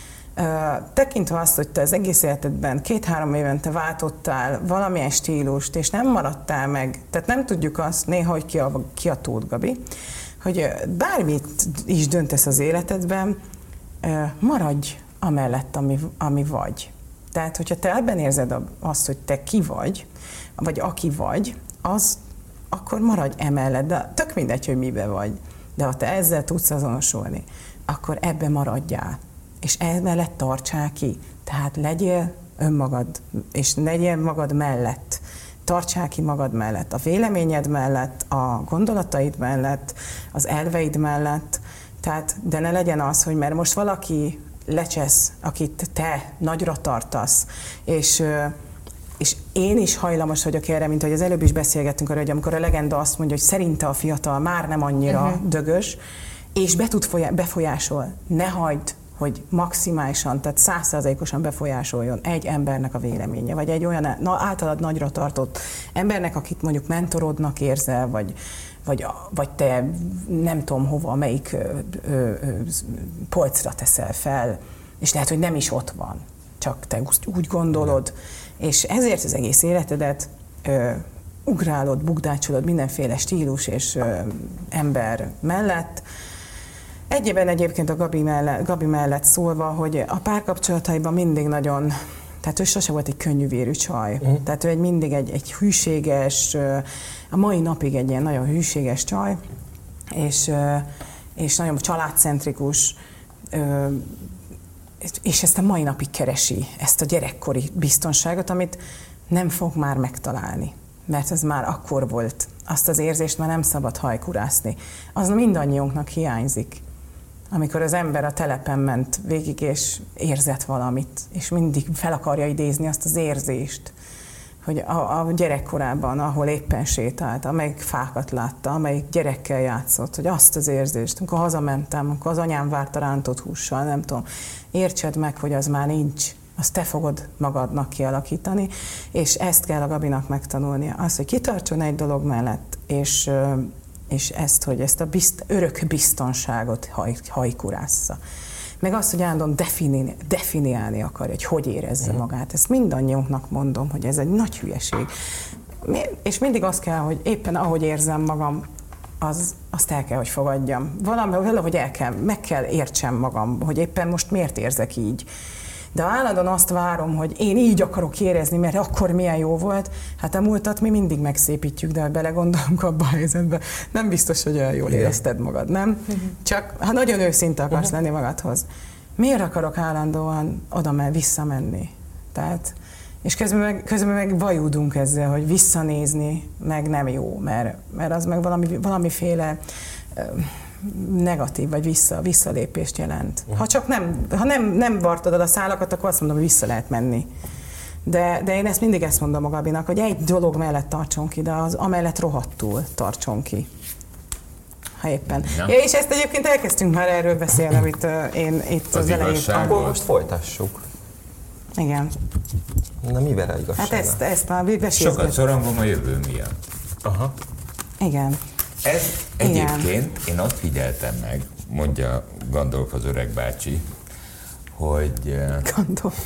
Tekintve azt, hogy te az egész életedben két-három évente váltottál valamilyen stílust, és nem maradtál meg, tehát nem tudjuk azt néha, hogy ki a, ki a Tóth Gabi, hogy bármit is döntesz az életedben, maradj amellett, ami, ami vagy. Tehát, hogyha te ebben érzed azt, hogy te ki vagy, vagy aki vagy, az, akkor maradj emellett, de tök mindegy, hogy mibe vagy. De ha te ezzel tudsz azonosulni, akkor ebbe maradjál. És emellett tartsál ki. Tehát legyél önmagad, és legyél magad mellett. Tartsál ki magad mellett, a véleményed mellett, a gondolataid mellett, az elveid mellett. Tehát, de ne legyen az, hogy mert most valaki lecsesz, akit te nagyra tartasz, és És én is hajlamos vagyok erre, mint hogy az előbb is beszélgettünk arra, hogy amikor a legenda azt mondja, hogy szerinte a fiatal már nem annyira uh-huh. dögös, és be tud folyá- befolyásol. Ne hagyd, hogy maximálisan, tehát száz százalékosan befolyásoljon egy embernek a véleménye, vagy egy olyan na, általad nagyra tartott embernek, akit mondjuk mentorodnak érzel, vagy, vagy, vagy te nem tudom hova, melyik ö, ö, ö, polcra teszel fel, és lehet, hogy nem is ott van, csak te úgy gondolod. És ezért az egész életedet ö, ugrálod, bugdácsolod mindenféle stílus és ö, ember mellett. Egyében egyébként a Gabi mellett, Gabi mellett szólva, hogy a párkapcsolataiban mindig nagyon, tehát ő sose volt egy könnyűvérű csaj. Uh-huh. Tehát ő egy, mindig egy, egy hűséges, ö, a mai napig egy ilyen nagyon hűséges csaj, és, ö, és nagyon családcentrikus, ö, és ezt a mai napig keresi, ezt a gyerekkori biztonságot, amit nem fog már megtalálni, mert ez már akkor volt. Azt az érzést már nem szabad hajkurászni. Az mindannyiunknak hiányzik, amikor az ember a telepen ment végig, és érzett valamit, és mindig fel akarja idézni azt az érzést, hogy a, a gyerekkorában, ahol éppen sétált, amelyik fákat látta, amelyik gyerekkel játszott, hogy azt az érzést, amikor hazamentem, amikor az anyám várta rántott hússal, nem tudom, értsed meg, hogy az már nincs, azt te fogod magadnak kialakítani, és ezt kell a Gabinak megtanulnia. Az, hogy kitartson egy dolog mellett, és, és ezt, hogy ezt a bizt, örök biztonságot haj, hajkurásza. Meg azt, hogy állandóan defini, definiálni akarja, hogy hogy érezze magát. Ezt mindannyiunknak mondom, hogy ez egy nagy hülyeség. És mindig az kell, hogy éppen ahogy érzem magam, az, azt el kell, hogy fogadjam. Valami, valahogy el kell, meg kell értsem magam, hogy éppen most miért érzek így. De állandóan azt várom, hogy én így akarok érezni, mert akkor milyen jó volt. Hát a múltat mi mindig megszépítjük, de ha belegondolunk abba a helyzetbe, nem biztos, hogy olyan jól érezted magad, nem? Csak ha nagyon őszinte akarsz lenni magadhoz. Miért akarok állandóan oda men, visszamenni? Tehát, és közben meg, közben meg vajúdunk ezzel, hogy visszanézni meg nem jó, mert, mert az meg valami, valamiféle negatív vagy vissza, visszalépést jelent. Ha csak nem, ha nem, nem vartod a szálakat, akkor azt mondom, hogy vissza lehet menni. De, de én ezt mindig ezt mondom a Gabinak, hogy egy dolog mellett tartson ki, de az amellett rohadtul tartson ki. Ha éppen. Ja. Ja, és ezt egyébként elkezdtünk már erről beszélni, amit uh, én itt az, az elején... Akkor most folytassuk. Igen. Na mivel a igazság? Hát ezt, ezt már beszéltük. Sokat szorongom a jövő miatt. Aha. Igen. Ez egyébként én azt figyeltem meg, mondja Gandolf az öreg bácsi, hogy Gandolf.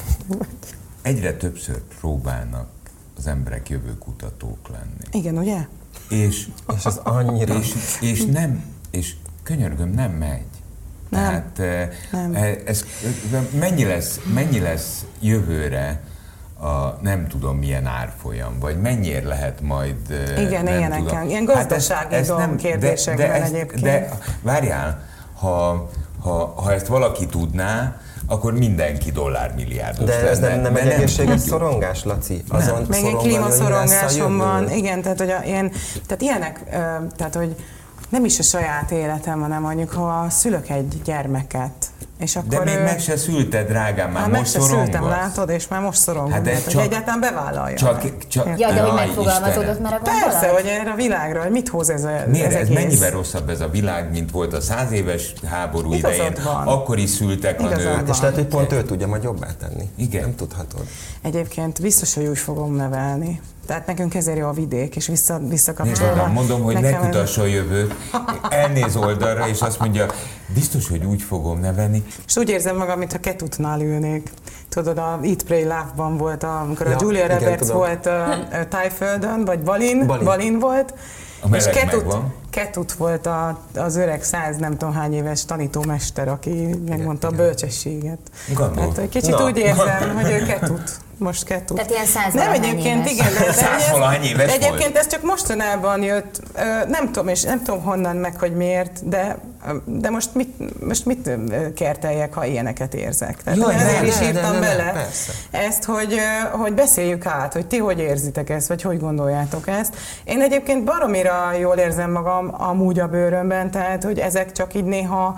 egyre többször próbálnak az emberek jövőkutatók lenni. Igen, ugye? És, és az annyira... És, és nem, és könyörgöm, nem megy. Nem. Tehát nem. Ez, mennyi, lesz, mennyi lesz jövőre a nem tudom milyen árfolyam, vagy mennyiért lehet majd... Igen, nem ilyeneken, tudom. ilyen gazdasági hát ez, ez kérdésekben de, de egyébként. De várjál, ha, ha, ha ezt valaki tudná, akkor mindenki dollármilliárdos de ez lenne. nem, nem de egy nem egészséges tudjuk. szorongás, Laci? Azon még egy klímaszorongásom van, igen, tehát, hogy a, ilyen, tehát ilyenek, tehát hogy nem is a saját életem, hanem mondjuk, ha szülök egy gyermeket, És akkor de még ő... meg se szülted, drágám, már hát most meg se szorongasz. szültem, látod, és már most szorongom. Hát hát, csak, hogy egyáltalán bevállalja. Csak, csak, ja, de hogy Jaj, megfogalmazódott Istenem. már a gondolat? Persze, hogy erre a világra, hogy mit hoz ez a Miért? ez, Ez egész? mennyivel rosszabb ez a világ, mint volt a száz éves háború Igazad idején. van. Akkor is szültek a Igazad nők. van. És lehet, hogy pont ő tudja majd jobbá tenni. Igen. Nem tudhatod. Egyébként biztos, hogy úgy fogom nevelni. Tehát nekünk ezért jó a vidék, és vissza, visszakapcsolva. Nézd, mondom, hogy ne nekem ez- kutasson jövőt, elnéz oldalra, és azt mondja, biztos, hogy úgy fogom nevelni. És úgy érzem magam, mintha Ketutnál ülnék. Tudod, a Eat, Pray, Love-ban volt, a, amikor Ja, a Julia igen, Roberts tudom. volt uh, uh, Tájföldön, vagy Balin, Balin. Balin volt. A meleg és Ketut, megvan. Ketut volt a, az öreg száz nem tudom hány éves tanítómester, aki megmondta a bölcsességet. Gondol. Tehát egy kicsit Na. úgy érzem, hogy ő Ketut. Most Ketut. Tehát ilyen száz Nem, valahány egyébként éves. igen, de, de, Száz-valahány éves de egyébként volt. ez csak mostanában jött, Ö, nem tudom, és nem tudom honnan meg, hogy miért, de, de most mit, most mit ö, kerteljek, ha ilyeneket érzek. Tehát Jaj, én azért ne, is ne, írtam ne, ne, bele persze. ezt, hogy, ö, hogy beszéljük át, hogy ti hogy érzitek ezt, vagy hogy gondoljátok ezt. Én egyébként baromira jól érzem magam amúgy a bőrömben, tehát hogy ezek csak így néha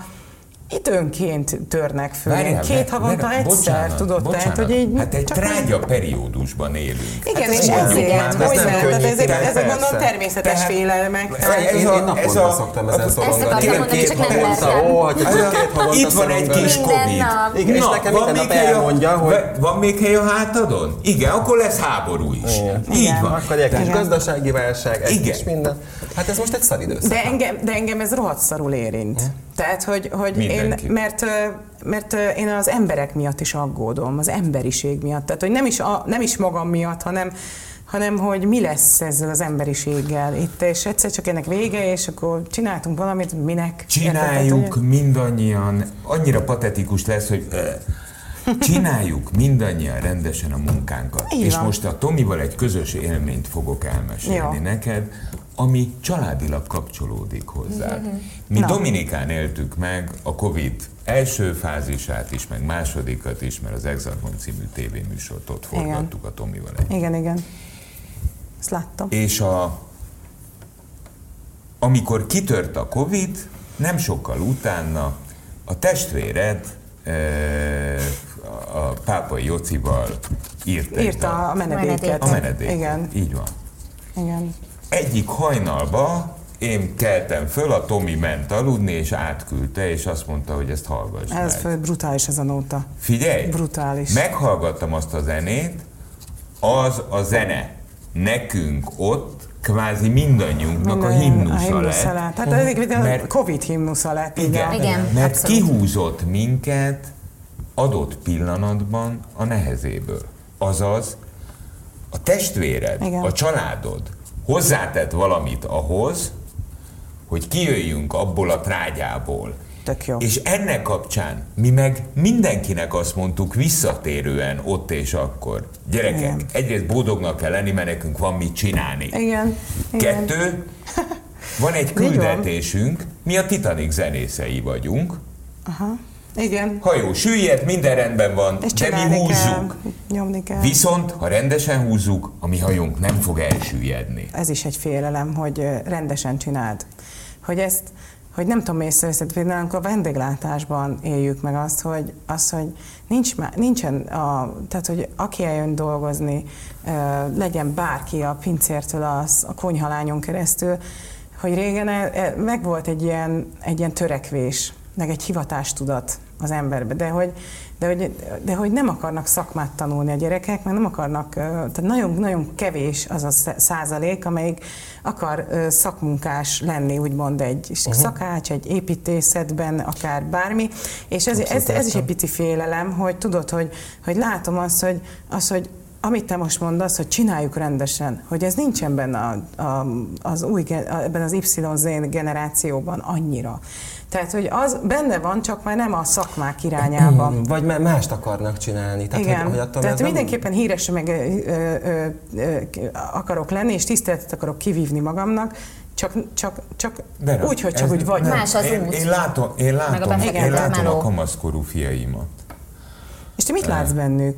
időnként törnek föl. Várjál, Két mert- havonta mert- egyszer, bocsánat, tudod, bocsánat, tehát, hogy így hát egy csak trágya periódusban élünk. igen, Hát és ez ezért, mondjuk már, hogy ez nem nem, tehát könnyű, ezek, tehát ezek persze. gondolom természetes Tehát- félelmek. Ez- Tehát, ez Én, a- én naponta ez a- szoktam ezen Ezt szorongani. akartam Igen, mondani, két csak nem havonta, mertem. ó, hogy csak két havonta Itt van egy kis szorongani. Covid. nap. Igen, és nekem minden nap még hely a- elmondja, hogy... va- Van még hely a hátadon? Igen, akkor lesz háború is. Igen. Így Igen. van. Akkor egy kis Igen. gazdasági válság, egy Igen. kis minden. Hát ez most egy szar időszak. de, engem, de engem ez rohadt szarul érint. Tehát, hogy, hogy én, Mindenki. mert, ö, mert ö, én az emberek miatt is aggódom, az emberiség miatt. Tehát, hogy nem is, a, nem is magam miatt, hanem, hanem hogy mi lesz ezzel az emberiséggel itt, és egyszer csak ennek vége, és akkor csináltunk valamit, minek? Csináljuk Érted? mindannyian, annyira patetikus lesz, hogy ö, csináljuk mindannyian rendesen a munkánkat. Így És van. most a Tomival egy közös élményt fogok elmesélni Jó. neked, ami családilag kapcsolódik hozzá. Mi Na. Dominikán éltük meg a Covid első fázisát is, meg másodikat is, mert az Exarchon című tévéműsort ott Igen. forgattuk a Tomival együtt. Igen, igen. Ezt láttam. És a, amikor kitört a Covid, nem sokkal utána a testvéred e, a Pápai Jocival írt egy Írta dalt. a menedéket. A menedéket. Igen, Így van. igen. Egyik hajnalba én keltem föl, a Tomi ment aludni, és átküldte, és azt mondta, hogy ezt hallgass Ez meg. föl, brutális ez a nóta. Figyelj! Brutális. Meghallgattam azt a zenét, az a zene nekünk ott kvázi mindannyiunknak a Minden- himnusza a himnusza lett. lett. Hát ez a Mert- Covid himnusza lett. Igen, Igen, mert abszolút. kihúzott minket adott pillanatban a nehezéből. Azaz, a testvéred, Igen. a családod hozzátett valamit ahhoz, hogy kijöjjünk abból a trágyából. Tök jó. És ennek kapcsán mi meg mindenkinek azt mondtuk visszatérően ott és akkor. Gyerekek, Igen. egyrészt boldognak kell lenni, mert nekünk van mit csinálni. Igen. Igen. Kettő, van egy van. küldetésünk, mi a Titanic zenészei vagyunk. Aha. Igen. Hajó süllyed, minden rendben van, És de mi csinálni húzzuk. kell, nyomni kell. Viszont, ha rendesen húzzuk, a mi hajónk nem fog elsüllyedni. Ez is egy félelem, hogy ö, rendesen csináld. Hogy ezt, hogy nem tudom észreveszed, például amikor a vendéglátásban éljük meg azt, hogy, az, hogy nincs má, nincsen, a, tehát hogy aki eljön dolgozni, ö, legyen bárki a pincértől a, a konyhalányon keresztül, hogy régen el, el, megvolt egy ilyen, egy ilyen törekvés, meg egy hivatástudat az emberbe, de hogy, de, hogy, de hogy nem akarnak szakmát tanulni a gyerekek, meg nem akarnak, tehát nagyon-nagyon kevés az a százalék, amelyik akar szakmunkás lenni, úgymond egy uh-huh. szakács, egy építészetben, akár bármi, és ez, ez, ez is egy pici félelem, hogy tudod, hogy, hogy látom azt, hogy, az, hogy amit te most mondasz, hogy csináljuk rendesen, hogy ez nincsen benne a, a, az új, ebben az Y Z generációban annyira. Tehát, hogy az benne van, csak már nem a szakmák irányában. Vagy mást akarnak csinálni. Tehát, igen, hogy, hogy tehát nem... mindenképpen híres meg ö, ö, ö, akarok lenni, és tiszteletet akarok kivívni magamnak, csak, csak, csak De úgy, hogy csak ez úgy vagy. nem. Más az én, út. én látom, én látom, Meg a én látom meló. a kamaszkorú fiaimat. És te mit látsz bennük?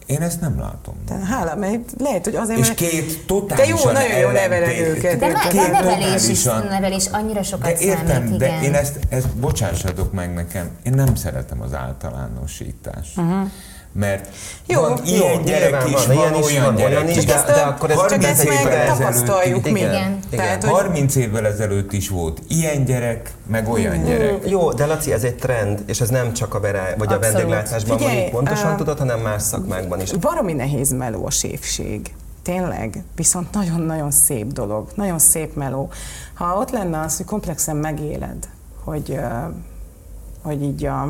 Én ezt nem látom. De hála, mert lehet, hogy azért, és mert... két totálisan de jó, nagyon jó neveled őket. De már a nevelés is, nevelés annyira sokat de értem, számít, igen. De én ezt, ezt bocsássatok meg nekem, én nem szeretem az általánosítást. Uh-huh. Mert jó, van ilyen jó, gyerek is, van, van olyan, olyan gyerek is, de, de akkor ez csak ezt meg tapasztaljuk mi. Igen. Igen. Tehát, hogy... harminc évvel ezelőtt is volt ilyen gyerek, meg olyan hmm. gyerek. Jó, de Laci, ez egy trend, és ez nem csak a, vere, vagy a vendéglátásban van, így pontosan uh, tudod, hanem más szakmákban is. Baromi nehéz meló a séfség. Tényleg, viszont nagyon-nagyon szép dolog, nagyon szép meló. Ha ott lenne az, hogy komplexen megéled, hogy, uh, hogy így a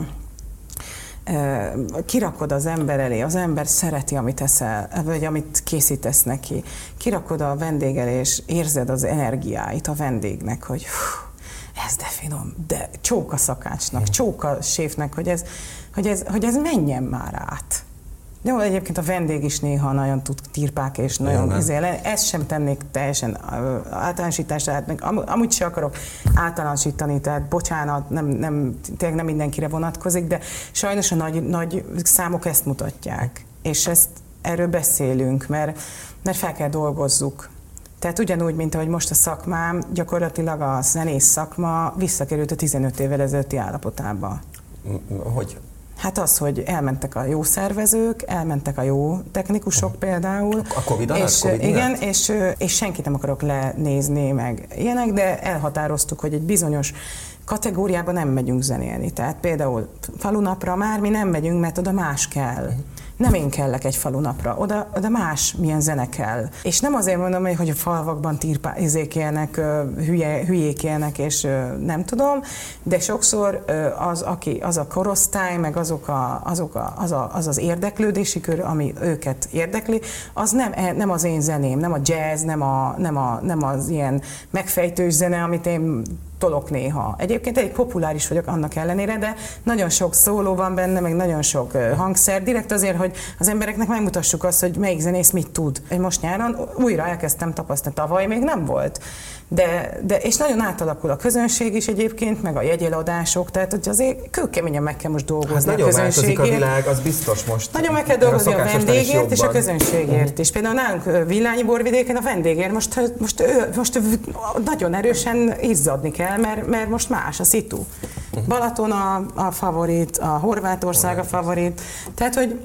kirakod az ember elé, az ember szereti, amit eszel, vagy amit készítesz neki. Kirakod a vendég elé, és érzed az energiáit a vendégnek, hogy hú, ez de finom, de csók a szakácsnak, csók a séfnek, hogy ez, hogy ez, hogy ez menjen már át. Jó, egyébként a vendég is néha nagyon tud tirpák, és nagyon izé, ezt sem tennék teljesen általánosításra, tehát meg am, amúgy se akarok általánosítani, tehát bocsánat, nem, nem, tényleg nem mindenkire vonatkozik, de sajnos a nagy, nagy számok ezt mutatják, és ezt, erről beszélünk, mert, mert fel kell dolgozzuk. Tehát ugyanúgy, mint ahogy most a szakmám, gyakorlatilag a zenész szakma visszakerült a tizenöt évvel ezelőtti állapotába. Hogy? Hát az, hogy elmentek a jó szervezők, elmentek a jó technikusok például. A Covid alatt? És, COVID igen, és, és senkit nem akarok lenézni, meg ilyenek, de elhatároztuk, hogy egy bizonyos kategóriában nem megyünk zenélni. Tehát például falunapra már mi nem megyünk, mert oda más kell. Nem én kellek egy falunapra, oda, oda más milyen zene kell. És nem azért mondom, hogy a falvakban tirpázék élnek, hülye, hülyék élnek, és nem tudom, de sokszor az, aki, az a korosztály, meg azok a, azok a, az, a, az az érdeklődési kör, ami őket érdekli, az nem, nem az én zeném, nem a jazz, nem, a, nem, a, nem az ilyen megfejtős zene, amit én tolok néha. Egyébként elég populáris vagyok annak ellenére, de nagyon sok szóló van benne, meg nagyon sok hangszer, direkt azért, hogy az embereknek megmutassuk azt, hogy melyik zenész mit tud. Én most nyáron újra elkezdtem tapasztalni, tavaly még nem volt. De, de, és nagyon átalakul a közönség is egyébként, meg a jegyeladások, tehát hogy azért kőkeményen meg kell most dolgozni hát nagyon a közönségért. Nagyon változik a világ, az biztos most. Nagyon meg kell dolgozni a, a vendégért és a közönségért is. Például nálunk Villányi borvidéken a vendégért most, most, most nagyon erősen izzadni kell, mert, mert most más a szitu. Balaton a, a favorit, a Horvátország a favorit, tehát hogy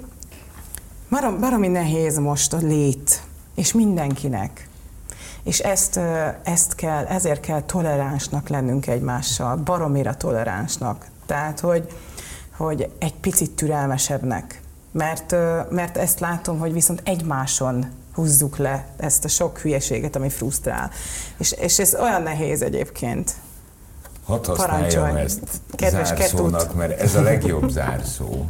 barom, baromi nehéz most a lét, és mindenkinek. És ezt, ezt kell, ezért kell toleránsnak lennünk egymással, baromira toleránsnak. Tehát, hogy, hogy egy picit türelmesebbnek. Mert, mert ezt látom, hogy viszont egymáson húzzuk le ezt a sok hülyeséget, ami frusztrál. És, és ez olyan nehéz egyébként. Hadd használjam ezt zárszónak, mert ez a legjobb zárszó.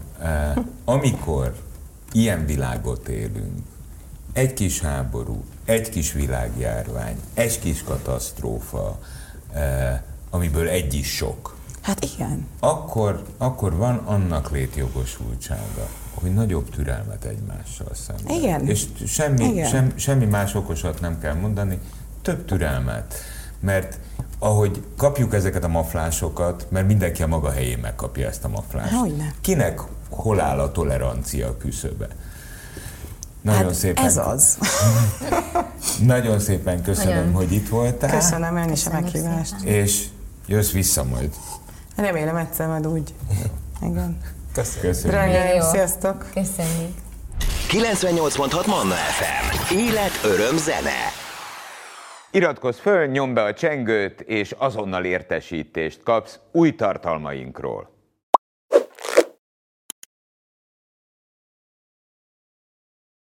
Amikor ilyen világot élünk, egy kis háború, egy kis világjárvány, egy kis katasztrófa, eh, amiből egy is sok. Hát igen. Akkor, akkor van annak létjogosultsága, hogy nagyobb türelmet egymással szemben. Igen. És semmi, igen. Sem, semmi más okosat nem kell mondani, több türelmet. Mert ahogy kapjuk ezeket a maflásokat, mert mindenki a maga helyén megkapja ezt a maflást. Hogyne. Kinek hol áll a tolerancia küszöbe? Nagyon hát szépen. Ez az. Nagyon szépen köszönöm, Nagyon. hogy itt voltál. Köszönöm én is a meghívást. És jössz vissza majd. Remélem egyszer majd úgy. Igen. Köszönöm. Köszönjük. Remélem, sziasztok. Köszönjük. kilencvennyolc pont hat Manna ef em. Élet, öröm, zene. Iratkozz föl, nyomd be a csengőt, és azonnal értesítést kapsz új tartalmainkról.